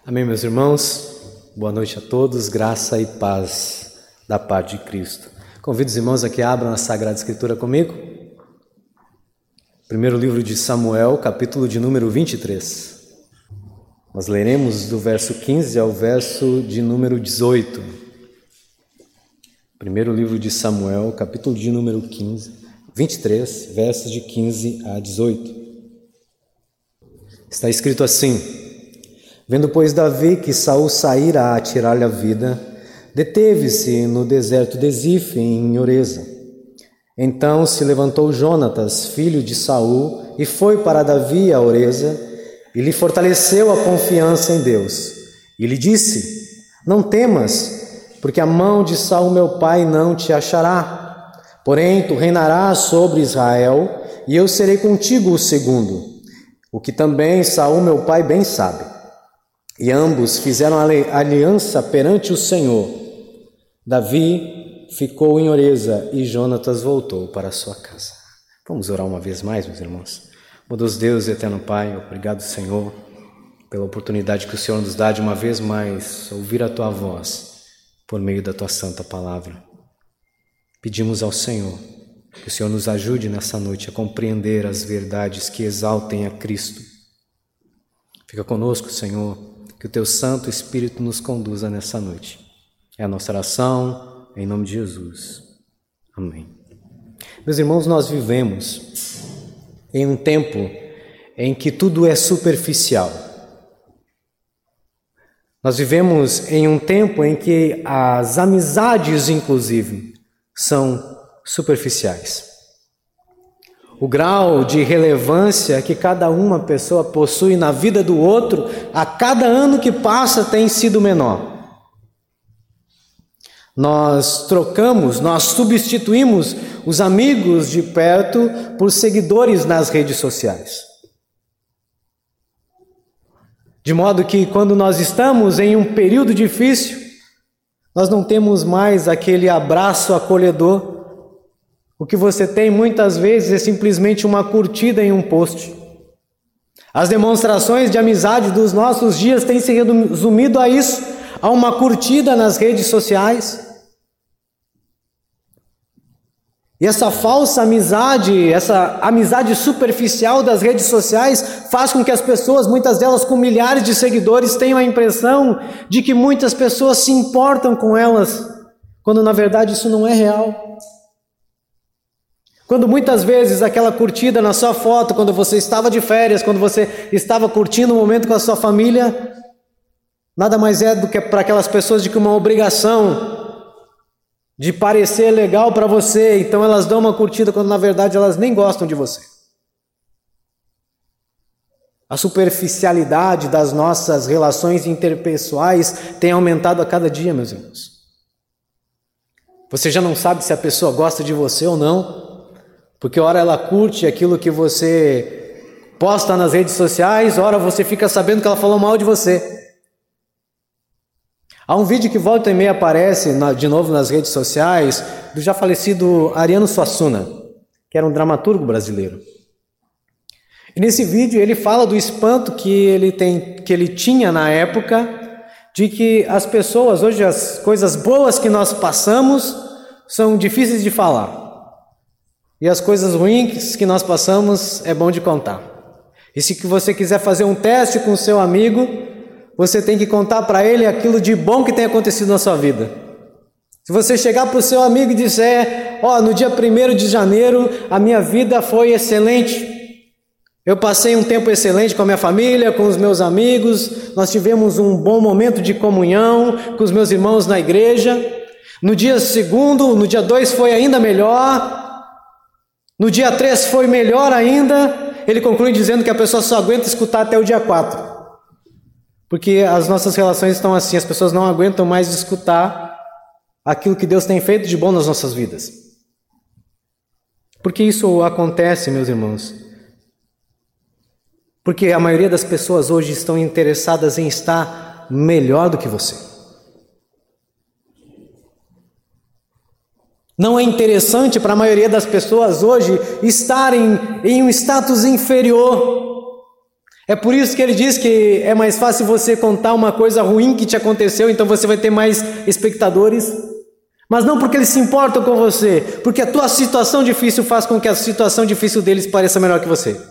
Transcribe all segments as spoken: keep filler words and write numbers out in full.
Amém, meus irmãos? Boa noite a todos, graça e paz da parte de Cristo. Convido os irmãos a que abram a Sagrada Escritura comigo. Primeiro livro de Samuel, capítulo de número vinte e três. Nós leremos do verso quinze ao verso de número dezoito. Primeiro livro de Samuel, capítulo de número quinze, vinte e três, versos de quinze a dezoito. Está escrito assim: Vendo, pois, Davi que Saul saíra a tirar-lhe a vida, deteve-se no deserto de Zif, em Oreza. Então se levantou Jonatas, filho de Saul, e foi para Davi a Oreza, e lhe fortaleceu a confiança em Deus. E lhe disse: Não temas, porque a mão de Saul meu pai não te achará. Porém, tu reinarás sobre Israel, e eu serei contigo o segundo, o que também Saul meu pai bem sabe. E ambos fizeram aliança perante o Senhor. Davi ficou em Oreza e Jonatas voltou para a sua casa. Vamos orar uma vez mais, meus irmãos. Bondoso Deus e eterno Pai, obrigado, Senhor, pela oportunidade que o Senhor nos dá de uma vez mais ouvir a Tua voz por meio da Tua santa palavra. Pedimos ao Senhor que o Senhor nos ajude nessa noite a compreender as verdades que exaltem a Cristo. Fica conosco, Senhor, que o Teu Santo Espírito nos conduza nessa noite. É a nossa oração, em nome de Jesus. Amém. Meus irmãos, nós vivemos em um tempo em que tudo é superficial. Nós vivemos em um tempo em que as amizades, inclusive, são superficiais. O grau de relevância que cada uma pessoa possui na vida do outro, a cada ano que passa, tem sido menor. Nós trocamos, nós substituímos os amigos de perto por seguidores nas redes sociais. De modo que quando nós estamos em um período difícil, nós não temos mais aquele abraço acolhedor. O que você tem muitas vezes é simplesmente uma curtida em um post. As demonstrações de amizade dos nossos dias têm se resumido a isso, a uma curtida nas redes sociais. E essa falsa amizade, essa amizade superficial das redes sociais faz com que as pessoas, muitas delas com milhares de seguidores, tenham a impressão de que muitas pessoas se importam com elas, quando na verdade isso não é real. Quando muitas vezes aquela curtida na sua foto, quando você estava de férias, quando você estava curtindo o momento com a sua família, nada mais é do que para aquelas pessoas de que uma obrigação de parecer legal para você, então elas dão uma curtida quando na verdade elas nem gostam de você. A superficialidade das nossas relações interpessoais tem aumentado a cada dia, meus irmãos. Você já não sabe se a pessoa gosta de você ou não, porque ora ela curte aquilo que você posta nas redes sociais, ora você fica sabendo que ela falou mal de você. Há um vídeo que volta e meia aparece na, de novo nas redes sociais do já falecido Ariano Suassuna, que era um dramaturgo brasileiro. E nesse vídeo ele fala do espanto que ele, tem, que ele tinha na época de que as pessoas, hoje as coisas boas que nós passamos são difíceis de falar. E as coisas ruins que nós passamos é bom de contar. E se você quiser fazer um teste com o seu amigo, você tem que contar para ele aquilo de bom que tem acontecido na sua vida. Se você chegar para o seu amigo e disser: ó, oh, no dia primeiro de janeiro a minha vida foi excelente. Eu passei um tempo excelente com a minha família, com os meus amigos, nós tivemos um bom momento de comunhão com os meus irmãos na igreja. No dia segundo, no dia dois foi ainda melhor. No dia três foi melhor ainda. Ele conclui dizendo que a pessoa só aguenta escutar até o dia quatro. Porque as nossas relações estão assim, as pessoas não aguentam mais escutar aquilo que Deus tem feito de bom nas nossas vidas. Por que isso acontece, meus irmãos? Porque a maioria das pessoas hoje estão interessadas em estar melhor do que você. Não é interessante para a maioria das pessoas hoje estarem em um status inferior. É por isso que ele diz que é mais fácil você contar uma coisa ruim que te aconteceu, então você vai ter mais espectadores. Mas não porque eles se importam com você, porque a tua situação difícil faz com que a situação difícil deles pareça melhor que você.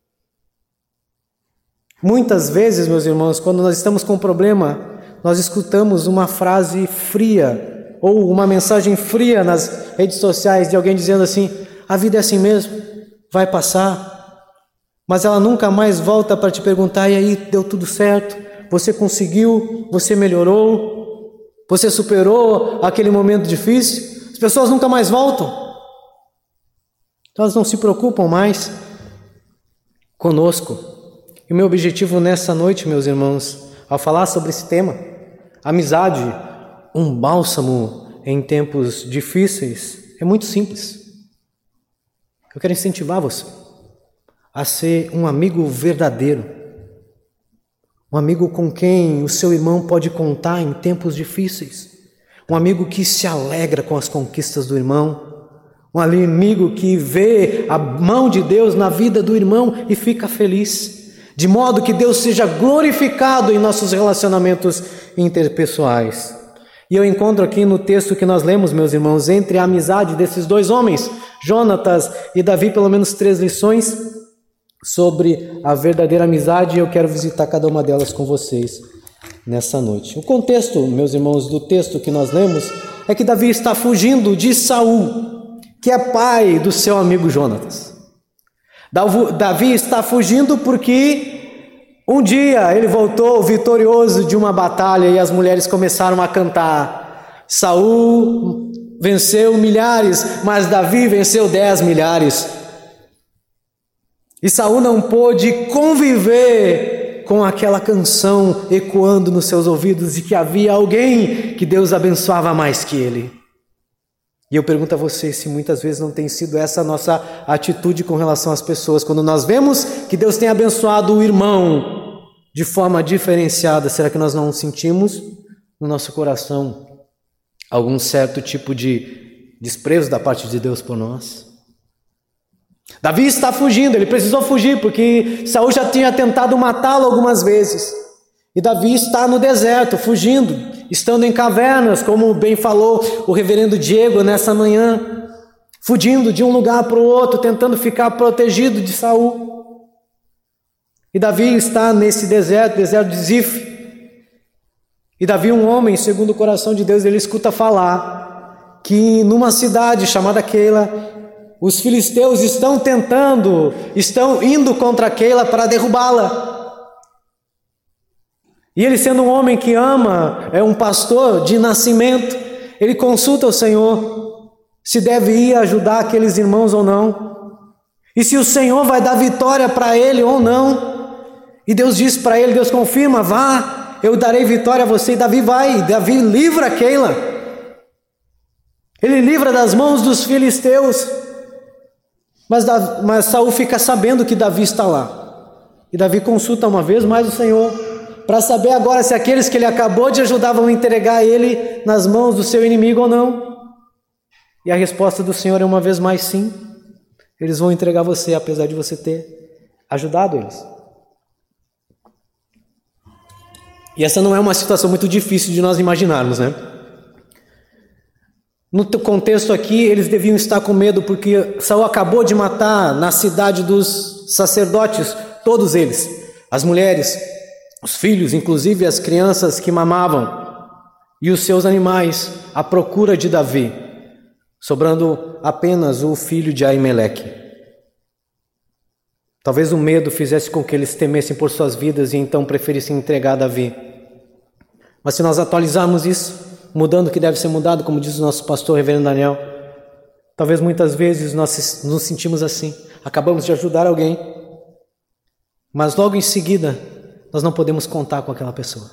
Muitas vezes, meus irmãos, quando nós estamos com um problema, nós escutamos uma frase fria ou uma mensagem fria nas redes sociais de alguém dizendo assim: a vida é assim mesmo, vai passar. Mas ela nunca mais volta para te perguntar: e aí, deu tudo certo? Você conseguiu? Você melhorou? Você superou aquele momento difícil? As pessoas nunca mais voltam. Elas não se preocupam mais conosco. E o meu objetivo nessa noite, meus irmãos, ao falar sobre esse tema, amizade, um bálsamo em tempos difíceis, é muito simples. Eu quero incentivar você a ser um amigo verdadeiro, um amigo com quem o seu irmão pode contar em tempos difíceis, um amigo que se alegra com as conquistas do irmão, um amigo que vê a mão de Deus na vida do irmão e fica feliz, de modo que Deus seja glorificado em nossos relacionamentos interpessoais. E eu encontro aqui no texto que nós lemos, meus irmãos, entre a amizade desses dois homens, Jonatas e Davi, pelo menos três lições sobre a verdadeira amizade, e eu quero visitar cada uma delas com vocês nessa noite. O contexto, meus irmãos, do texto que nós lemos é que Davi está fugindo de Saul, que é pai do seu amigo Jonatas. Davi está fugindo porque um dia ele voltou vitorioso de uma batalha e as mulheres começaram a cantar: Saul venceu milhares, mas Davi venceu dez milhares. E Saul não pôde conviver com aquela canção ecoando nos seus ouvidos e que havia alguém que Deus abençoava mais que ele. E eu pergunto a você se muitas vezes não tem sido essa a nossa atitude com relação às pessoas. Quando nós vemos que Deus tem abençoado o irmão de forma diferenciada, será que nós não sentimos no nosso coração algum certo tipo de desprezo da parte de Deus por nós? Davi está fugindo, ele precisou fugir porque Saul já tinha tentado matá-lo algumas vezes. E Davi está no deserto, fugindo, estando em cavernas, como bem falou o reverendo Diego nessa manhã, fugindo de um lugar para o outro, tentando ficar protegido de Saul. E Davi está nesse deserto, deserto de Zif. E Davi, um homem segundo o coração de Deus, ele escuta falar que numa cidade chamada Keila, os filisteus estão tentando, estão indo contra Keila para derrubá-la. E ele, sendo um homem que ama, é um pastor de nascimento, ele consulta o Senhor se deve ir ajudar aqueles irmãos ou não, e se o Senhor vai dar vitória para ele ou não. E Deus diz para ele, Deus confirma: vá, eu darei vitória a você. E Davi vai, Davi livra Keila, ele livra das mãos dos filisteus. Mas, mas Saul fica sabendo que Davi está lá. E Davi consulta uma vez mais o Senhor para saber agora se aqueles que ele acabou de ajudar vão entregar ele nas mãos do seu inimigo ou não. E a resposta do Senhor é uma vez mais sim. Eles vão entregar você, apesar de você ter ajudado eles. E essa não é uma situação muito difícil de nós imaginarmos, né? No contexto aqui, eles deviam estar com medo porque Saul acabou de matar na cidade dos sacerdotes, todos eles, as mulheres, os filhos, inclusive as crianças que mamavam, e os seus animais, à procura de Davi, sobrando apenas o filho de Aimeleque. Talvez o medo fizesse com que eles temessem por suas vidas e então preferissem entregar Davi. Mas se nós atualizarmos isso, mudando o que deve ser mudado, como diz o nosso pastor reverendo Daniel, talvez muitas vezes nós nos sentimos assim, acabamos de ajudar alguém, mas logo em seguida nós não podemos contar com aquela pessoa.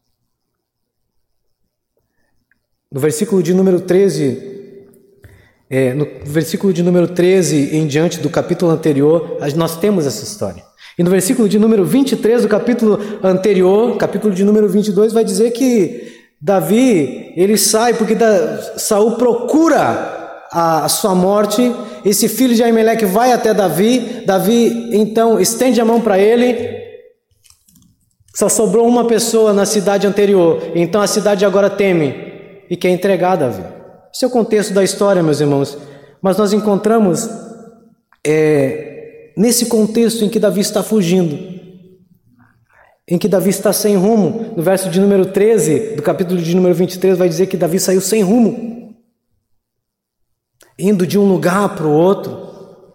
No versículo de número treze, é, no versículo de número treze em diante do capítulo anterior, nós temos essa história. E no versículo de número vinte e três do capítulo anterior, capítulo de número vinte e dois, vai dizer que Davi, ele sai porque da, Saul procura a, a sua morte. Esse filho de Aimeleque vai até Davi. Davi, então, estende a mão para ele Só sobrou uma pessoa na cidade anterior, então a cidade agora teme e quer entregar Davi. Esse é o contexto da história, meus irmãos. Mas nós encontramos é, nesse contexto em que Davi está fugindo, em que Davi está sem rumo. No verso de número treze, do capítulo de número vinte e três, vai dizer que Davi saiu sem rumo, indo de um lugar para o outro.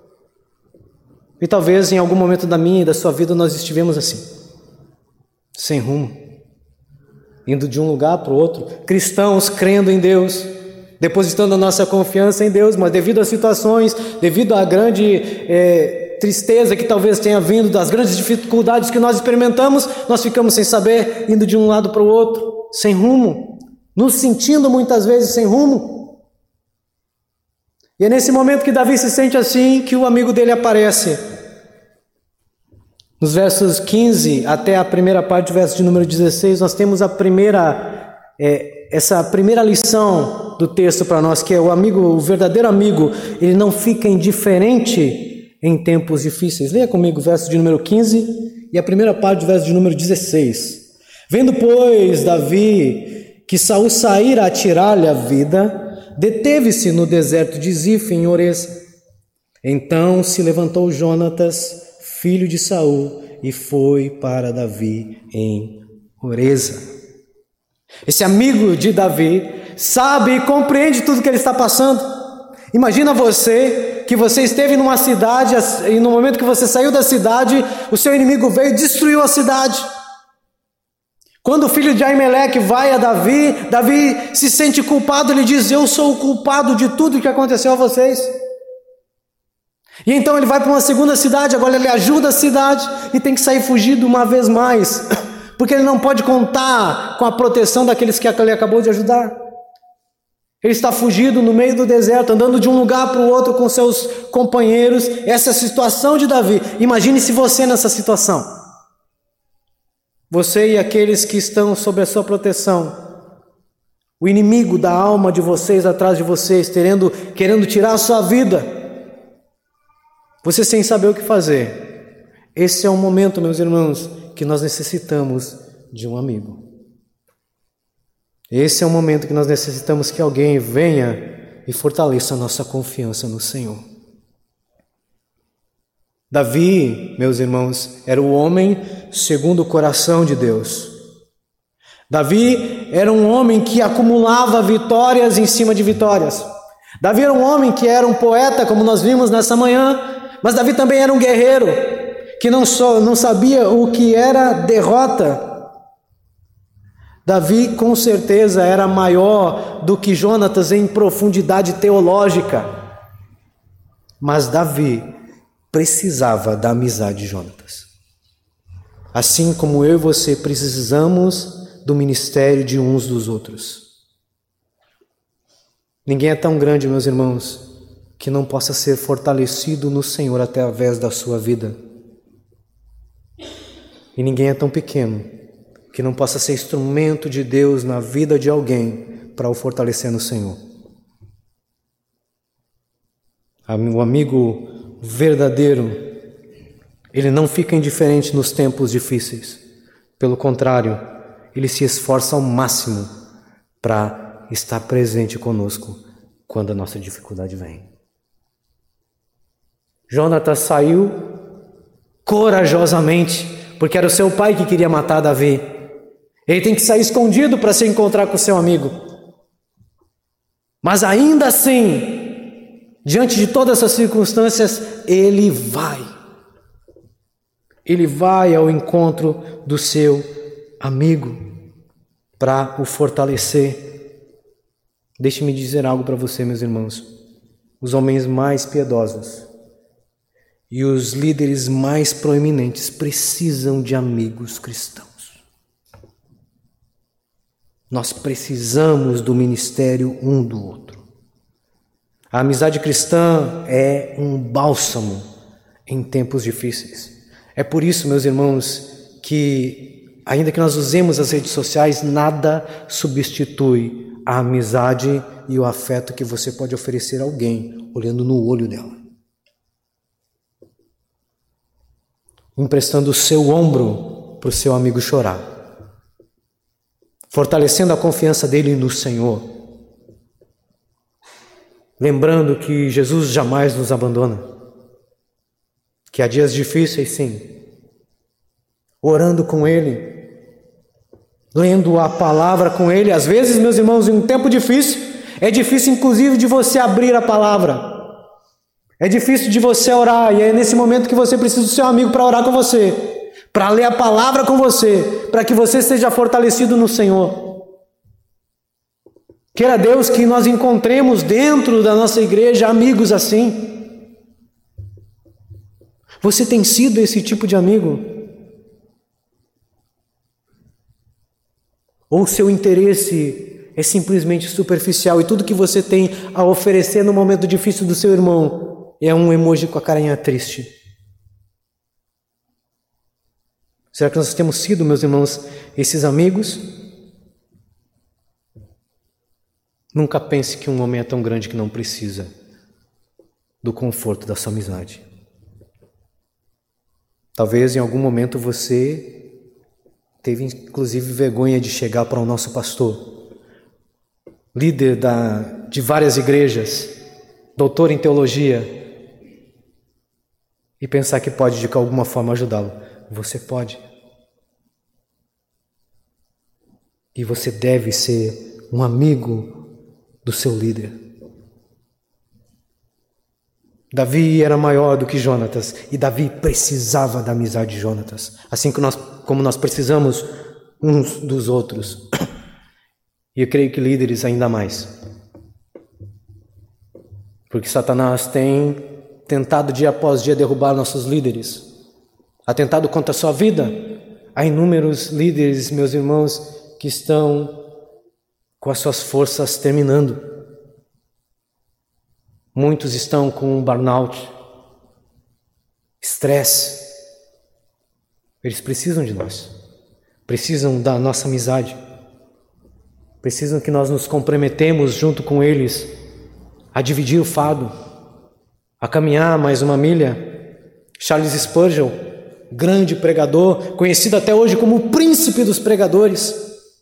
E talvez em algum momento da minha e da sua vida nós estivemos assim, sem rumo, indo de um lugar para o outro, cristãos crendo em Deus, depositando a nossa confiança em Deus, mas devido às situações, devido à grande é, tristeza que talvez tenha vindo, das grandes dificuldades que nós experimentamos, nós ficamos sem saber, indo de um lado para o outro, sem rumo, nos sentindo muitas vezes sem rumo. E é nesse momento que Davi se sente assim, que o amigo dele aparece. Nos versos quinze até a primeira parte do verso de número dezesseis, nós temos a primeira, é, essa primeira lição do texto para nós, que é o amigo, o verdadeiro amigo, ele não fica indiferente em tempos difíceis. Leia comigo o verso de número quinze e a primeira parte do verso de número dezesseis. Vendo, pois, Davi que Saul saíra a tirar-lhe a vida, deteve-se no deserto de Zif, em Oreza. Então se levantou Jonatas, filho de Saul, e foi para Davi em Oreza. Esse amigo de Davi sabe e compreende tudo que ele está passando. Imagina você, que você esteve numa cidade, e no momento que você saiu da cidade, o seu inimigo veio e destruiu a cidade. Quando o filho de Aimeleque vai a Davi, Davi se sente culpado, ele diz: eu sou o culpado de tudo que aconteceu a vocês. E então ele vai para uma segunda cidade, agora ele ajuda a cidade e tem que sair fugido uma vez mais, porque ele não pode contar com a proteção daqueles que ele acabou de ajudar. Ele está fugido no meio do deserto, andando de um lugar para o outro com seus companheiros. Essa é a situação de Davi. Imagine se você nessa situação. Você e aqueles que estão sob a sua proteção. O inimigo da alma de vocês atrás de vocês, querendo, querendo tirar a sua vida. Você sem saber o que fazer. Esse é um momento, meus irmãos, que nós necessitamos de um amigo. Esse é o momento que nós necessitamos que alguém venha e fortaleça a nossa confiança no Senhor. Davi, meus irmãos, era o homem segundo o coração de Deus. Davi era um homem que acumulava vitórias em cima de vitórias. Davi era um homem que era um poeta, como nós vimos nessa manhã, mas Davi também era um guerreiro, que não, só, não sabia o que era derrota. Davi, com certeza, era maior do que Jonatas em profundidade teológica. Mas Davi precisava da amizade de Jonatas. Assim como eu e você precisamos do ministério de uns dos outros. Ninguém é tão grande, meus irmãos, que não possa ser fortalecido no Senhor através da sua vida. E ninguém é tão pequeno que não possa ser instrumento de Deus na vida de alguém para o fortalecer no Senhor. O amigo verdadeiro, ele não fica indiferente nos tempos difíceis. Pelo contrário, ele se esforça ao máximo para estar presente conosco quando a nossa dificuldade vem. Jonatas saiu corajosamente, porque era o seu pai que queria matar Davi. Ele tem que sair escondido para se encontrar com o seu amigo. Mas ainda assim, diante de todas essas circunstâncias, ele vai. Ele vai ao encontro do seu amigo para o fortalecer. Deixe-me dizer algo para você, meus irmãos. Os homens mais piedosos e os líderes mais proeminentes precisam de amigos cristãos. Nós precisamos do ministério um do outro. A amizade cristã é um bálsamo em tempos difíceis. É por isso, meus irmãos, que ainda que nós usemos as redes sociais, nada substitui a amizade e o afeto que você pode oferecer a alguém olhando no olho dela. Emprestando o seu ombro para o seu amigo chorar, fortalecendo a confiança dele no Senhor, lembrando que Jesus jamais nos abandona, que há dias difíceis, sim, orando com Ele, lendo a palavra com Ele. Às vezes, meus irmãos, em um tempo difícil, é difícil inclusive de você abrir a palavra, é difícil de você orar, e é nesse momento que você precisa do seu amigo para orar com você, para ler a palavra com você, para que você seja fortalecido no Senhor. Queira Deus que nós encontremos dentro da nossa igreja amigos assim. Você tem sido esse tipo de amigo? Ou seu interesse é simplesmente superficial e tudo que você tem a oferecer no momento difícil do seu irmão é um emoji com a carinha triste? Será que nós temos sido, meus irmãos, esses amigos? Nunca pense que um homem é tão grande que não precisa do conforto da sua amizade. Talvez em algum momento você teve inclusive vergonha de chegar para o nosso pastor, líder da, de várias igrejas, doutor em teologia, e pensar que pode de alguma forma ajudá-lo. Você pode. E você deve ser um amigo do seu líder. Davi era maior do que Jonatas, e Davi precisava da amizade de Jonatas, assim que nós, como nós precisamos uns dos outros. E eu creio que líderes ainda mais. Porque Satanás tem tentado dia após dia derrubar nossos líderes, atentado contra a sua vida. Há inúmeros líderes, meus irmãos, que estão com as suas forças terminando. Muitos estão com burnout, estresse. Eles precisam de nós, precisam da nossa amizade, precisam que nós nos comprometemos junto com eles a dividir o fardo, a caminhar mais uma milha. Charles Spurgeon, grande pregador, conhecido até hoje como o príncipe dos pregadores,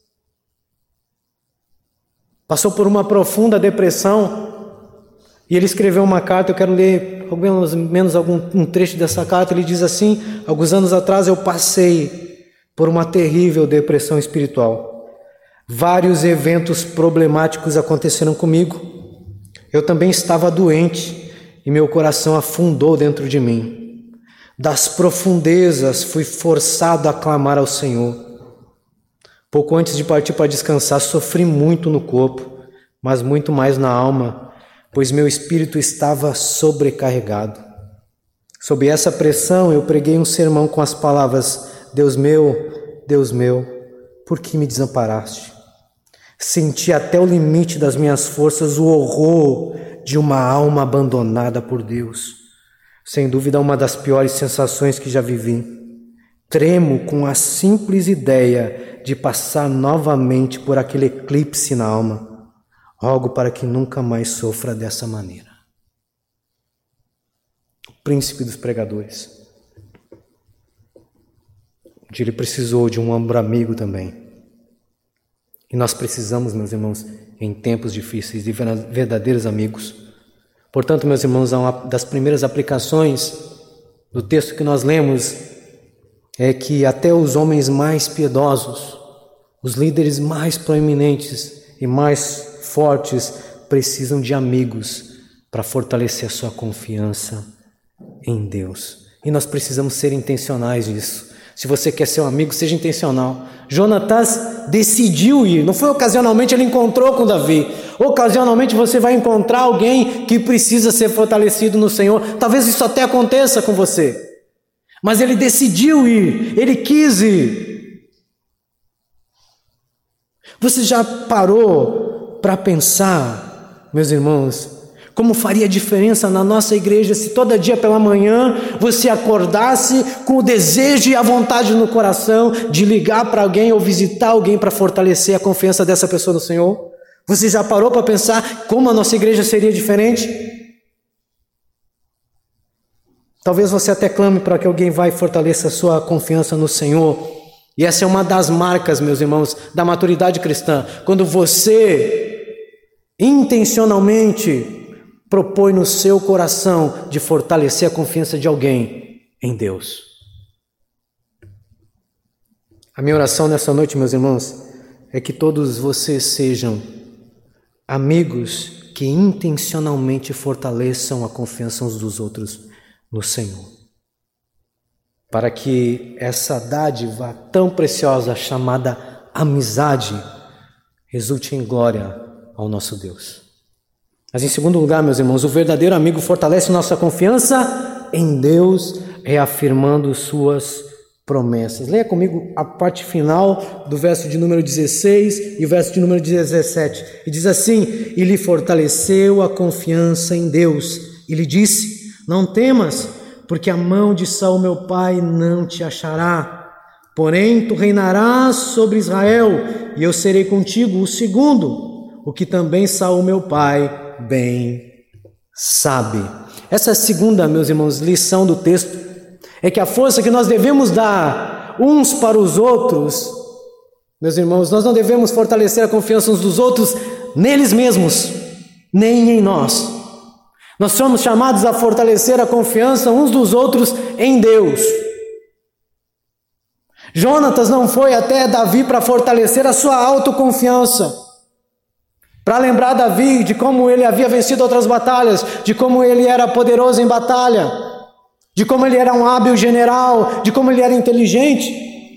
passou por uma profunda depressão e ele escreveu uma carta. Eu quero ler ao menos, menos algum um trecho dessa carta. Ele diz assim: alguns anos atrás eu passei por uma terrível depressão espiritual. Vários eventos problemáticos aconteceram comigo. Eu também estava doente e meu coração afundou dentro de mim. Das profundezas fui forçado a clamar ao Senhor. Pouco antes de partir para descansar, sofri muito no corpo, mas muito mais na alma, pois meu espírito estava sobrecarregado. Sob essa pressão, eu preguei um sermão com as palavras: Deus meu, Deus meu, por que me desamparaste? Senti até o limite das minhas forças o horror de uma alma abandonada por Deus. Sem dúvida, uma das piores sensações que já vivi. Tremo com a simples ideia de passar novamente por aquele eclipse na alma. Rogo para que nunca mais sofra dessa maneira. O príncipe dos pregadores. Ele precisou de um ombro amigo também. E nós precisamos, meus irmãos, em tempos difíceis, de verdadeiros amigos. Portanto, meus irmãos, uma das primeiras aplicações do texto que nós lemos é que até os homens mais piedosos, os líderes mais proeminentes e mais fortes, precisam de amigos para fortalecer a sua confiança em Deus. E nós precisamos ser intencionais nisso. Se você quer ser um amigo, seja intencional. Jonatas decidiu ir, não foi ocasionalmente ele encontrou com Davi. Ocasionalmente você vai encontrar alguém que precisa ser fortalecido no Senhor. Talvez isso até aconteça com você. Mas ele decidiu ir, ele quis ir. Você já parou para pensar, meus irmãos, como faria diferença na nossa igreja se todo dia pela manhã você acordasse com o desejo e a vontade no coração de ligar para alguém ou visitar alguém para fortalecer a confiança dessa pessoa no Senhor? Você já parou para pensar como a nossa igreja seria diferente? Talvez você até clame para que alguém vá e fortaleça a sua confiança no Senhor. E essa é uma das marcas, meus irmãos, da maturidade cristã. Quando você intencionalmente propõe no seu coração de fortalecer a confiança de alguém em Deus. A minha oração nessa noite, meus irmãos, é que todos vocês sejam amigos que intencionalmente fortaleçam a confiança uns dos outros no Senhor. Para que essa dádiva tão preciosa chamada amizade resulte em glória ao nosso Deus. Mas em segundo lugar, meus irmãos, o verdadeiro amigo fortalece nossa confiança em Deus, reafirmando suas promessas. Leia comigo a parte final do verso de número dezesseis e o verso de número dezessete. E diz assim: e lhe fortaleceu a confiança em Deus, e lhe disse: não temas, porque a mão de Saul meu pai não te achará, porém tu reinarás sobre Israel, e eu serei contigo o segundo, o que também Saul meu pai bem sabe. Essa segunda, meus irmãos, lição do texto é que a força que nós devemos dar uns para os outros, meus irmãos, nós não devemos fortalecer a confiança uns dos outros neles mesmos, nem em nós. Nós somos chamados a fortalecer a confiança uns dos outros em Deus. Jonatas não foi até Davi para fortalecer a sua autoconfiança, para lembrar Davi de como ele havia vencido outras batalhas, de como ele era poderoso em batalha, de como ele era um hábil general, de como ele era inteligente.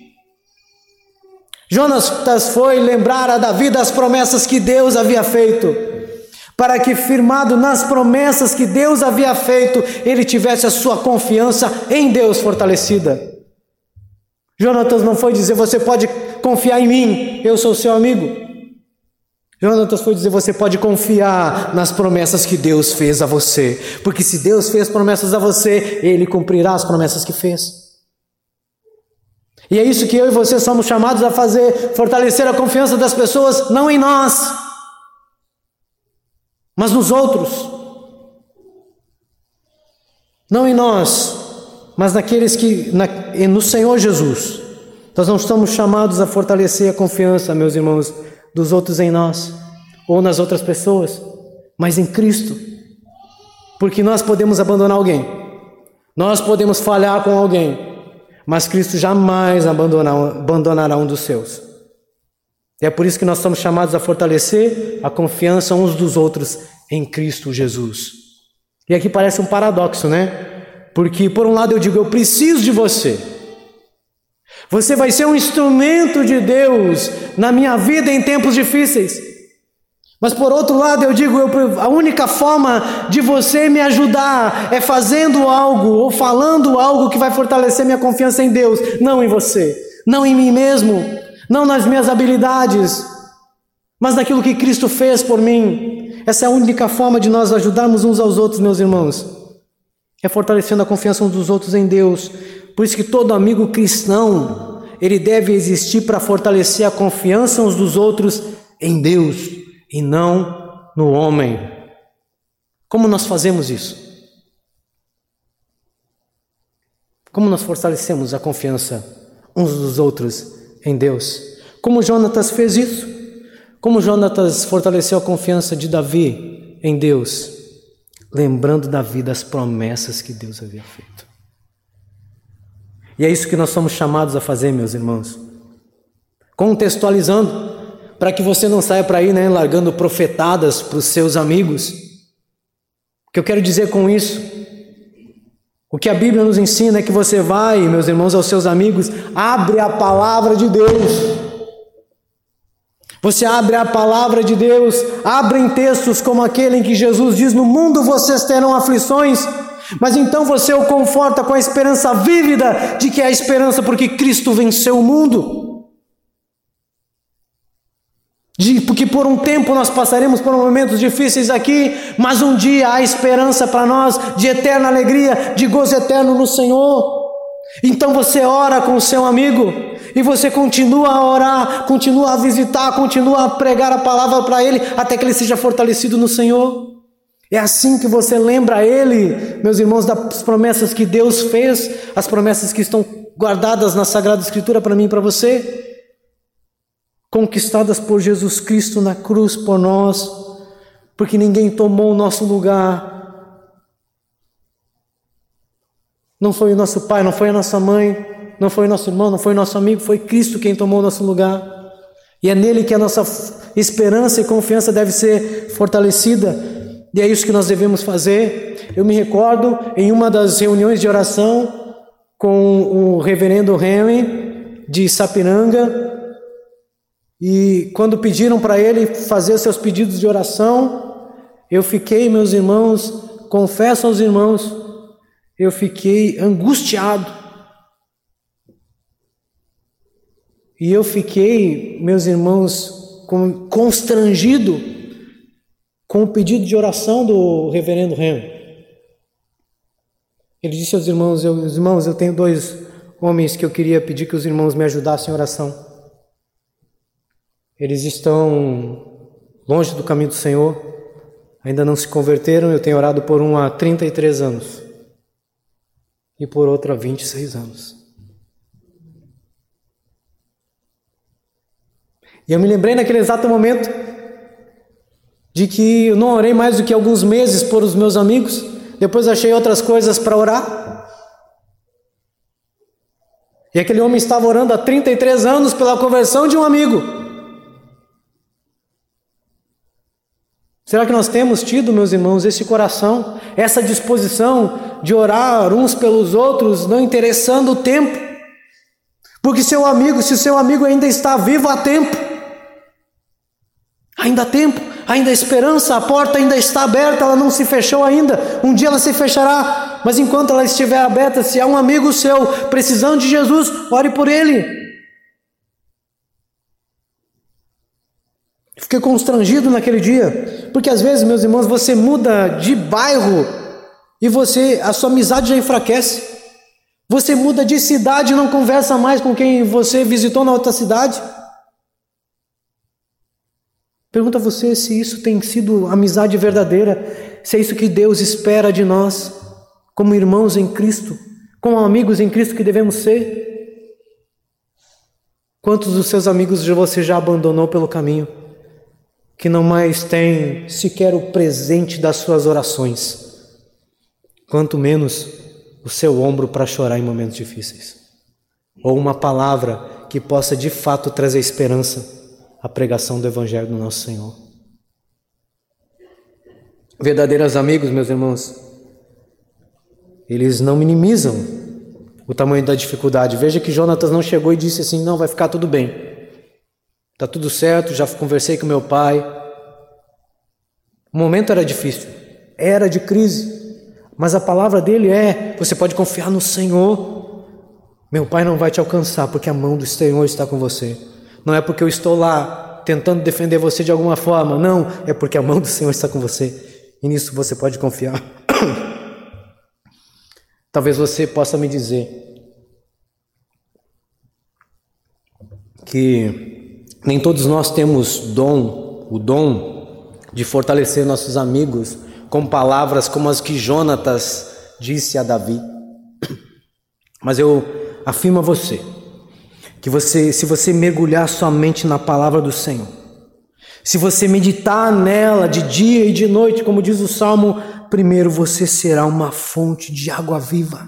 Jonatas foi lembrar a Davi das promessas que Deus havia feito, para que, firmado nas promessas que Deus havia feito, ele tivesse a sua confiança em Deus fortalecida. Jonatas não foi dizer: você pode confiar em mim, eu sou seu amigo. Jonatas foi dizer: você pode confiar nas promessas que Deus fez a você, porque se Deus fez promessas a você, Ele cumprirá as promessas que fez. E é isso que eu e você somos chamados a fazer: fortalecer a confiança das pessoas, não em nós, mas nos outros. Não em nós, mas naqueles que, na, no Senhor Jesus. Nós não estamos chamados a fortalecer a confiança, meus irmãos, dos outros em nós, ou nas outras pessoas, mas em Cristo. Porque nós podemos abandonar alguém, nós podemos falhar com alguém, mas Cristo jamais abandonará um dos seus. E é por isso que nós somos chamados a fortalecer a confiança uns dos outros em Cristo Jesus. E aqui parece um paradoxo, né? Porque por um lado eu digo: eu preciso de você. Você vai ser um instrumento de Deus na minha vida em tempos difíceis. Mas por outro lado eu digo: eu, a única forma de você me ajudar é fazendo algo ou falando algo que vai fortalecer minha confiança em Deus, não em você, não em mim mesmo, não nas minhas habilidades, mas naquilo que Cristo fez por mim. Essa é a única forma de nós ajudarmos uns aos outros, meus irmãos, é fortalecendo a confiança uns dos outros em Deus. Por isso que todo amigo cristão, ele deve existir para fortalecer a confiança uns dos outros em Deus e não no homem. Como nós fazemos isso? Como nós fortalecemos a confiança uns dos outros em Deus? Como Jonatas fez isso? Como Jonatas fortaleceu a confiança de Davi em Deus? Lembrando Davi das promessas que Deus havia feito. E é isso que nós somos chamados a fazer, meus irmãos. Contextualizando, para que você não saia para aí, né, largando profetadas para os seus amigos. O que eu quero dizer com isso? O que a Bíblia nos ensina é que você vai, meus irmãos, aos seus amigos, abre a palavra de Deus. Você abre a palavra de Deus, abre em textos como aquele em que Jesus diz: no mundo vocês terão aflições, mas então você o conforta com a esperança vívida de que é a esperança porque Cristo venceu o mundo. De, porque por um tempo nós passaremos por momentos difíceis aqui, mas um dia há esperança para nós de eterna alegria, de gozo eterno no Senhor. Então você ora com o seu amigo e você continua a orar, continua a visitar, continua a pregar a palavra para ele até que ele seja fortalecido no Senhor. É assim que você lembra ele, meus irmãos, das promessas que Deus fez, as promessas que estão guardadas na Sagrada Escritura para mim e para você, conquistadas por Jesus Cristo na cruz por nós, porque ninguém tomou o nosso lugar. Não foi o nosso pai, não foi a nossa mãe, não foi o nosso irmão, não foi o nosso amigo, foi Cristo quem tomou o nosso lugar. E é nele que a nossa esperança e confiança deve ser fortalecida. E é isso que nós devemos fazer. Eu me recordo em uma das reuniões de oração com o reverendo Henry de Sapiranga, e quando pediram para ele fazer os seus pedidos de oração, eu fiquei, meus irmãos, confesso aos irmãos, eu fiquei angustiado. E eu fiquei, meus irmãos, constrangido com o pedido de oração do reverendo Henry. Ele disse aos irmãos, eu, irmãos, eu tenho dois homens que eu queria pedir que os irmãos me ajudassem em oração. Eles estão longe do caminho do Senhor, ainda não se converteram. Eu tenho orado por um há trinta e três anos e por outro há vinte e seis anos. E eu me lembrei naquele exato momento de que eu não orei mais do que alguns meses por os meus amigos. Depois achei outras coisas para orar. E aquele homem estava orando há trinta e três anos pela conversão de um amigo. Será que nós temos tido, meus irmãos, esse coração, essa disposição de orar uns pelos outros, não interessando o tempo? Porque seu amigo, se o seu amigo ainda está vivo, há tempo. Ainda há tempo, ainda há esperança, a porta ainda está aberta, ela não se fechou ainda. Um dia ela se fechará, mas enquanto ela estiver aberta, se há um amigo seu precisando de Jesus, ore por ele. Fiquei constrangido naquele dia, porque às vezes, meus irmãos, você muda de bairro e você, a sua amizade já enfraquece. Você muda de cidade e não conversa mais com quem você visitou na outra cidade. Pergunta a você se isso tem sido amizade verdadeira, se é isso que Deus espera de nós, como irmãos em Cristo, como amigos em Cristo que devemos ser. Quantos dos seus amigos você já abandonou pelo caminho, que não mais tem sequer o presente das suas orações, quanto menos o seu ombro para chorar em momentos difíceis, ou uma palavra que possa de fato trazer esperança, a pregação do Evangelho do nosso Senhor. Verdadeiros amigos, meus irmãos, eles não minimizam o tamanho da dificuldade. Veja que Jonatas não chegou e disse assim, não, vai ficar tudo bem, está tudo certo, já conversei com meu pai. O momento era difícil, era de crise, mas a palavra dele é, você pode confiar no Senhor, meu pai não vai te alcançar, porque a mão do Senhor está com você. Não é porque eu estou lá tentando defender você de alguma forma, não, é porque a mão do Senhor está com você, e nisso você pode confiar. Talvez você possa me dizer que nem todos nós temos dom, o dom de fortalecer nossos amigos com palavras como as que Jonatas disse a Davi. Mas eu afirmo a você, que você, se você mergulhar somente na palavra do Senhor, se você meditar nela de dia e de noite, como diz o Salmo, primeiro você será uma fonte de água viva.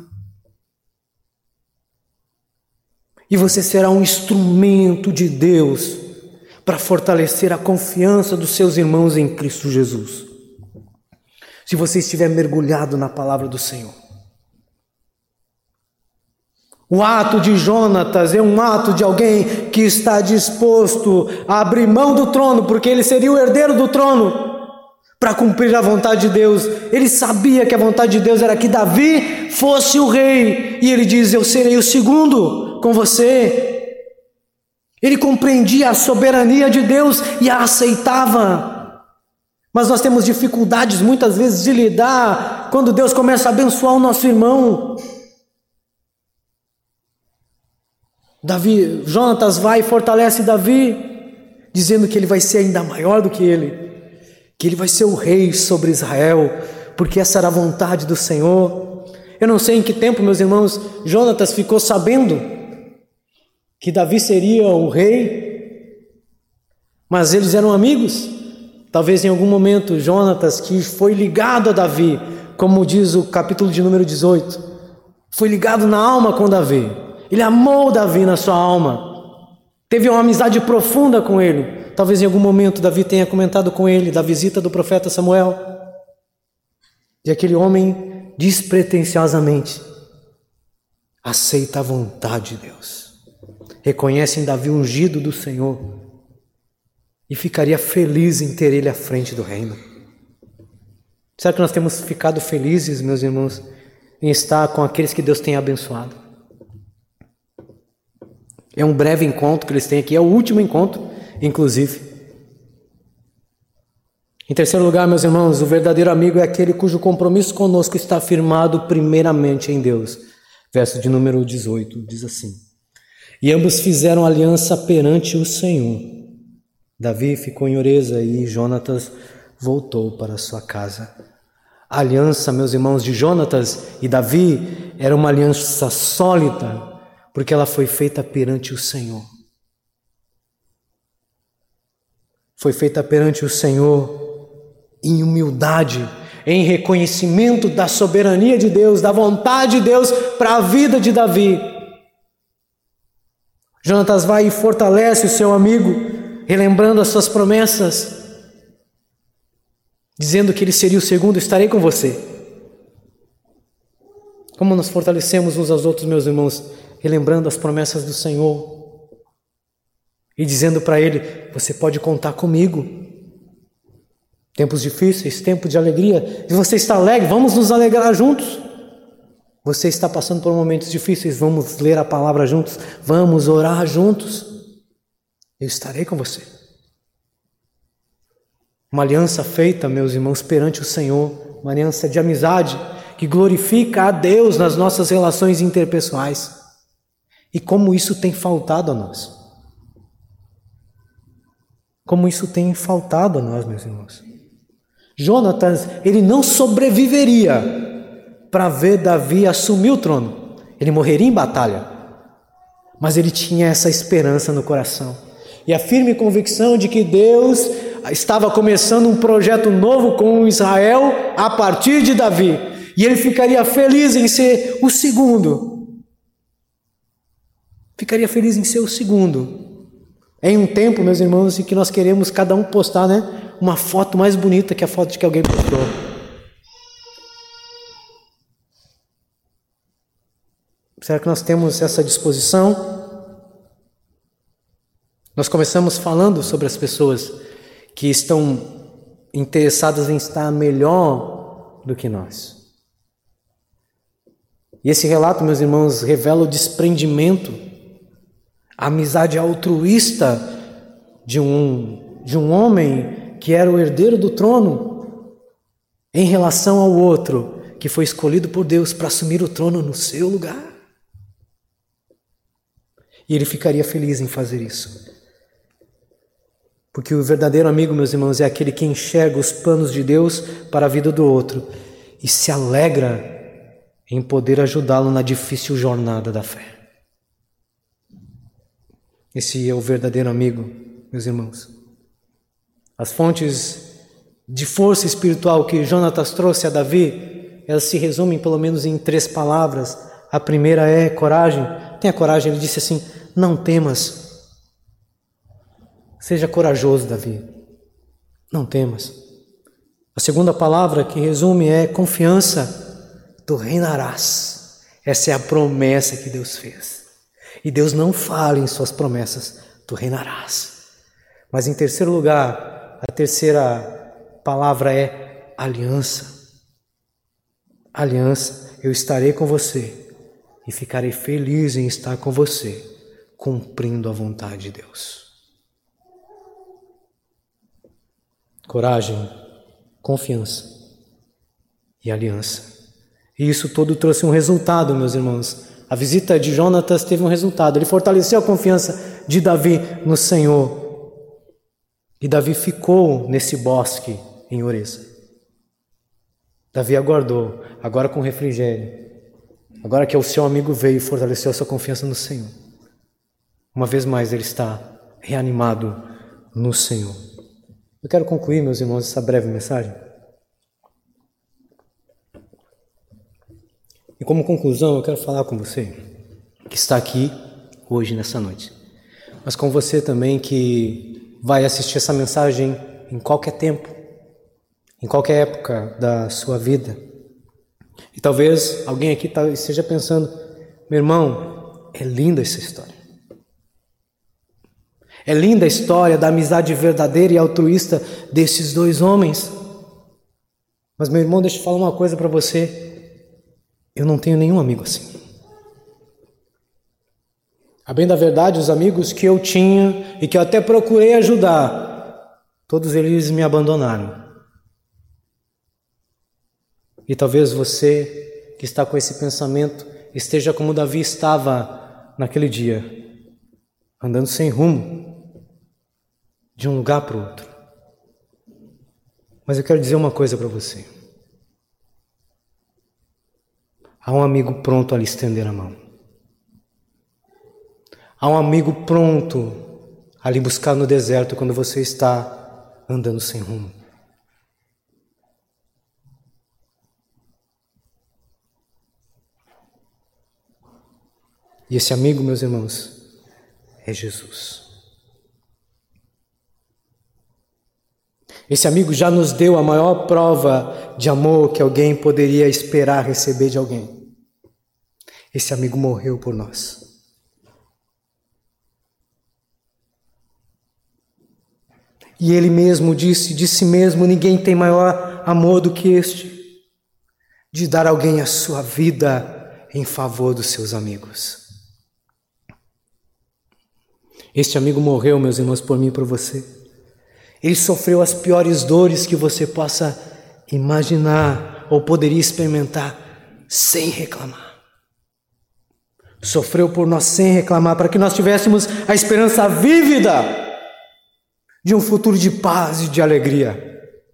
E você será um instrumento de Deus para fortalecer a confiança dos seus irmãos em Cristo Jesus. Se você estiver mergulhado na palavra do Senhor. O ato de Jonatas é um ato de alguém que está disposto a abrir mão do trono, porque ele seria o herdeiro do trono, para cumprir a vontade de Deus. Ele sabia que a vontade de Deus era que Davi fosse o rei, e ele diz, eu serei o segundo com você. Ele compreendia a soberania de Deus e a aceitava. Mas nós temos dificuldades muitas vezes de lidar quando Deus começa a abençoar o nosso irmão. Davi, Jonatas vai e fortalece Davi, dizendo que ele vai ser ainda maior do que ele, que ele vai ser o rei sobre Israel, porque essa era a vontade do Senhor. Eu não sei em que tempo, meus irmãos, Jonatas ficou sabendo que Davi seria o rei, mas eles eram amigos. Talvez em algum momento Jonatas, que foi ligado a Davi, como diz o capítulo de número dezoito, foi ligado na alma com Davi. Ele amou Davi na sua alma, teve uma amizade profunda com ele. Talvez em algum momento Davi tenha comentado com ele da visita do profeta Samuel, e aquele homem despretensiosamente aceita a vontade de Deus, reconhece em Davi o ungido do Senhor e ficaria feliz em ter ele à frente do reino. Será que nós temos ficado felizes, meus irmãos, em estar com aqueles que Deus tem abençoado? É um breve encontro que eles têm aqui, é o último encontro, inclusive. Em terceiro lugar, meus irmãos, o verdadeiro amigo é aquele cujo compromisso conosco está firmado primeiramente em Deus. Verso de número dezoito diz assim: e ambos fizeram aliança perante o Senhor. Davi ficou em Oreza e Jonatas voltou para sua casa. A aliança, meus irmãos, de Jonatas e Davi era uma aliança sólida, porque ela foi feita perante o Senhor. Foi feita perante o Senhor em humildade, em reconhecimento da soberania de Deus, da vontade de Deus para a vida de Davi. Jonatas vai e fortalece o seu amigo, relembrando as suas promessas, dizendo que ele seria o segundo: estarei com você. Como nos fortalecemos uns aos outros, meus irmãos, relembrando as promessas do Senhor e dizendo para ele: você pode contar comigo. Tempos difíceis, tempo de alegria, e você está alegre, vamos nos alegrar juntos. Você está passando por momentos difíceis, vamos ler a palavra juntos, vamos orar juntos. Eu estarei com você. Uma aliança feita, meus irmãos, perante o Senhor, uma aliança de amizade que glorifica a Deus nas nossas relações interpessoais. E como isso tem faltado a nós. Como isso tem faltado a nós, meus irmãos. Jonatas, ele não sobreviveria para ver Davi assumir o trono. Ele morreria em batalha. Mas ele tinha essa esperança no coração. E a firme convicção de que Deus estava começando um projeto novo com Israel a partir de Davi. E ele ficaria feliz em ser o segundo. Ficaria feliz em ser o segundo. Em um tempo, meus irmãos, em que nós queremos cada um postar, né, uma foto mais bonita que a foto que alguém postou. Será que nós temos essa disposição? Nós começamos falando sobre as pessoas que estão interessadas em estar melhor do que nós. E esse relato, meus irmãos, revela o desprendimento, a amizade altruísta de um, de um homem que era o herdeiro do trono em relação ao outro que foi escolhido por Deus para assumir o trono no seu lugar. E ele ficaria feliz em fazer isso. Porque o verdadeiro amigo, meus irmãos, é aquele que enxerga os planos de Deus para a vida do outro e se alegra em poder ajudá-lo na difícil jornada da fé. Esse é o verdadeiro amigo, meus irmãos. As fontes de força espiritual que Jonatas trouxe a Davi, elas se resumem pelo menos em três palavras. A primeira é coragem. Tenha coragem, ele disse assim: não temas. Seja corajoso, Davi. Não temas. A segunda palavra que resume é confiança. Tu reinarás. Essa é a promessa que Deus fez. E Deus não fala em suas promessas. Tu reinarás. Mas em terceiro lugar, a terceira palavra é aliança. Aliança. Eu estarei com você e ficarei feliz em estar com você, cumprindo a vontade de Deus. Coragem, confiança e aliança. E isso todo trouxe um resultado, meus irmãos. A visita de Jonatas teve um resultado. Ele fortaleceu a confiança de Davi no Senhor. E Davi ficou nesse bosque em Oreza. Davi aguardou, agora com refrigério. Agora que o seu amigo veio e fortaleceu a sua confiança no Senhor, uma vez mais ele está reanimado no Senhor. Eu quero concluir, meus irmãos, essa breve mensagem. E como conclusão, eu quero falar com você que está aqui hoje, nessa noite, mas com você também que vai assistir essa mensagem em qualquer tempo, em qualquer época da sua vida. E talvez alguém aqui esteja pensando: meu irmão, é linda essa história. É linda a história da amizade verdadeira e altruísta desses dois homens. Mas, meu irmão, deixa eu falar uma coisa para você. Eu não tenho nenhum amigo assim. A bem da verdade, os amigos que eu tinha e que eu até procurei ajudar, todos eles me abandonaram. E talvez você que está com esse pensamento esteja como Davi estava naquele dia, andando sem rumo, de um lugar para o outro. Mas eu quero dizer uma coisa para você. Há um amigo pronto a lhe estender a mão. Há um amigo pronto a lhe buscar no deserto quando você está andando sem rumo. E esse amigo, meus irmãos, é Jesus. Esse amigo já nos deu a maior prova de amor que alguém poderia esperar receber de alguém. Esse amigo morreu por nós. E ele mesmo disse, de si mesmo, ninguém tem maior amor do que este, de dar a alguém a sua vida em favor dos seus amigos. Este amigo morreu, meus irmãos, por mim e por você. Ele sofreu as piores dores que você possa imaginar ou poderia experimentar sem reclamar. Sofreu por nós sem reclamar, para que nós tivéssemos a esperança vívida de um futuro de paz e de alegria.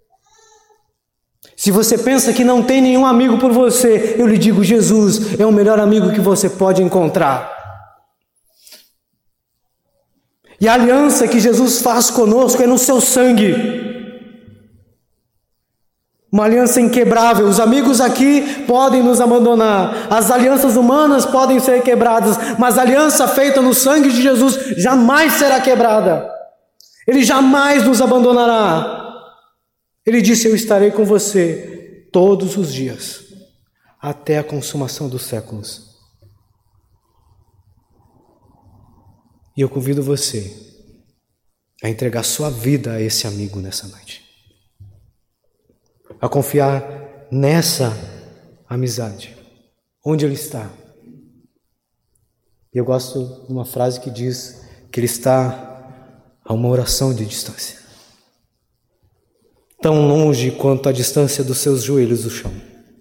Se você pensa que não tem nenhum amigo por você, eu lhe digo, Jesus é o melhor amigo que você pode encontrar. E a aliança que Jesus faz conosco é no seu sangue. Uma aliança inquebrável. Os amigos aqui podem nos abandonar. As alianças humanas podem ser quebradas. Mas a aliança feita no sangue de Jesus jamais será quebrada. Ele jamais nos abandonará. Ele disse, eu estarei com você todos os dias, até a consumação dos séculos. E eu convido você a entregar sua vida a esse amigo nessa noite. A confiar nessa amizade, onde ele está. E eu gosto de uma frase que diz que ele está a uma oração de distância. Tão longe quanto a distância dos seus joelhos do chão.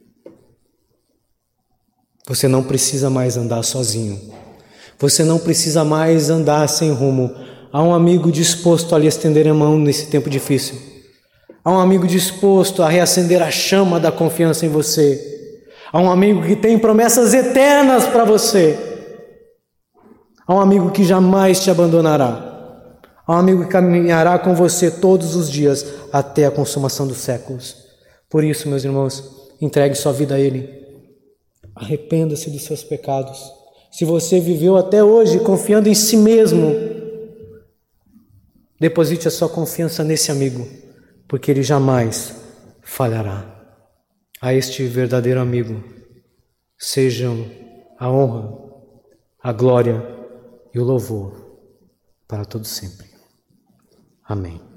Você não precisa mais andar sozinho. Você não precisa mais andar sem rumo. Há um amigo disposto a lhe estender a mão nesse tempo difícil. Há um amigo disposto a reacender a chama da confiança em você. Há um amigo que tem promessas eternas para você. Há um amigo que jamais te abandonará. Há um amigo que caminhará com você todos os dias até a consumação dos séculos. Por isso, meus irmãos, entregue sua vida a Ele. Arrependa-se dos seus pecados. Se você viveu até hoje confiando em si mesmo, deposite a sua confiança nesse amigo, porque ele jamais falhará. A este verdadeiro amigo sejam a honra, a glória e o louvor para todo sempre. Amém.